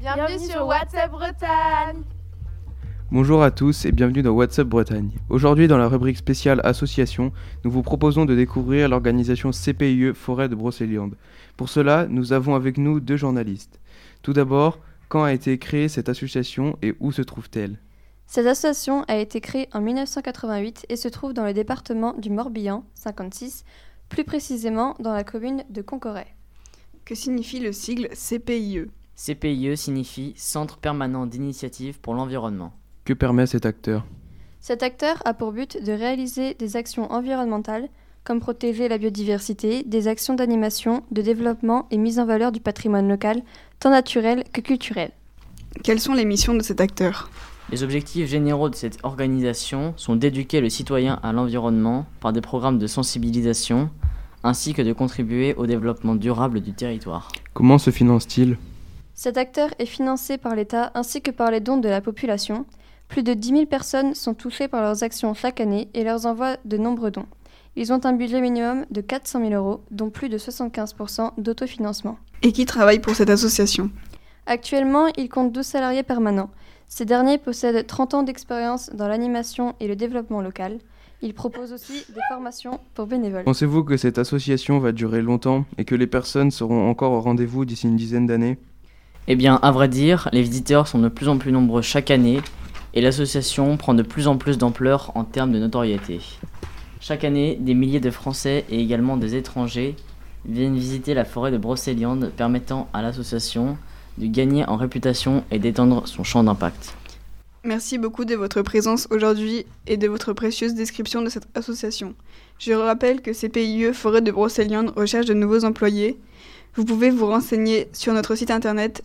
Bienvenue sur WhatsApp Bretagne. Bonjour à tous et bienvenue dans WhatsApp Bretagne. Aujourd'hui dans la rubrique spéciale Association, nous vous proposons de découvrir l'organisation CPIE Forêt de Brocéliande. Pour cela, nous avons avec nous deux journalistes. Tout d'abord, quand a été créée cette association et où se trouve-t-elle ? Cette association a été créée en 1988 et se trouve dans le département du Morbihan, 56, plus précisément dans la commune de Concoret. Que signifie le sigle CPIE ? CPIE signifie Centre permanent d'initiative pour l'environnement. Que permet cet acteur ? Cet acteur a pour but de réaliser des actions environnementales, comme protéger la biodiversité, des actions d'animation, de développement et mise en valeur du patrimoine local, tant naturel que culturel. Quelles sont les missions de cet acteur ? Les objectifs généraux de cette organisation sont d'éduquer le citoyen à l'environnement par des programmes de sensibilisation, ainsi que de contribuer au développement durable du territoire. Comment se finance-t-il ? Cet acteur est financé par l'État ainsi que par les dons de la population. Plus de 10 000 personnes sont touchées par leurs actions chaque année et leur envoient de nombreux dons. Ils ont un budget minimum de 400 000 €, dont plus de 75% d'autofinancement. Et qui travaille pour cette association ? Actuellement, il compte 12 salariés permanents. Ces derniers possèdent 30 ans d'expérience dans l'animation et le développement local. Ils proposent aussi des formations pour bénévoles. Pensez-vous que cette association va durer longtemps et que les personnes seront encore au rendez-vous d'ici une dizaine d'années ? Eh bien, à vrai dire, les visiteurs sont de plus en plus nombreux chaque année et l'association prend de plus en plus d'ampleur en termes de notoriété. Chaque année, des milliers de Français et également des étrangers viennent visiter la forêt de Brocéliande, permettant à l'association de gagner en réputation et d'étendre son champ d'impact. Merci beaucoup de votre présence aujourd'hui et de votre précieuse description de cette association. Je rappelle que CPIE Forêt de Brocéliande recherche de nouveaux employés. Vous pouvez vous renseigner sur notre site internet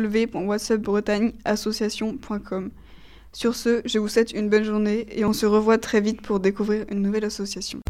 www.whatsappbretagneassociation.com. Sur ce, je vous souhaite une bonne journée et on se revoit très vite pour découvrir une nouvelle association.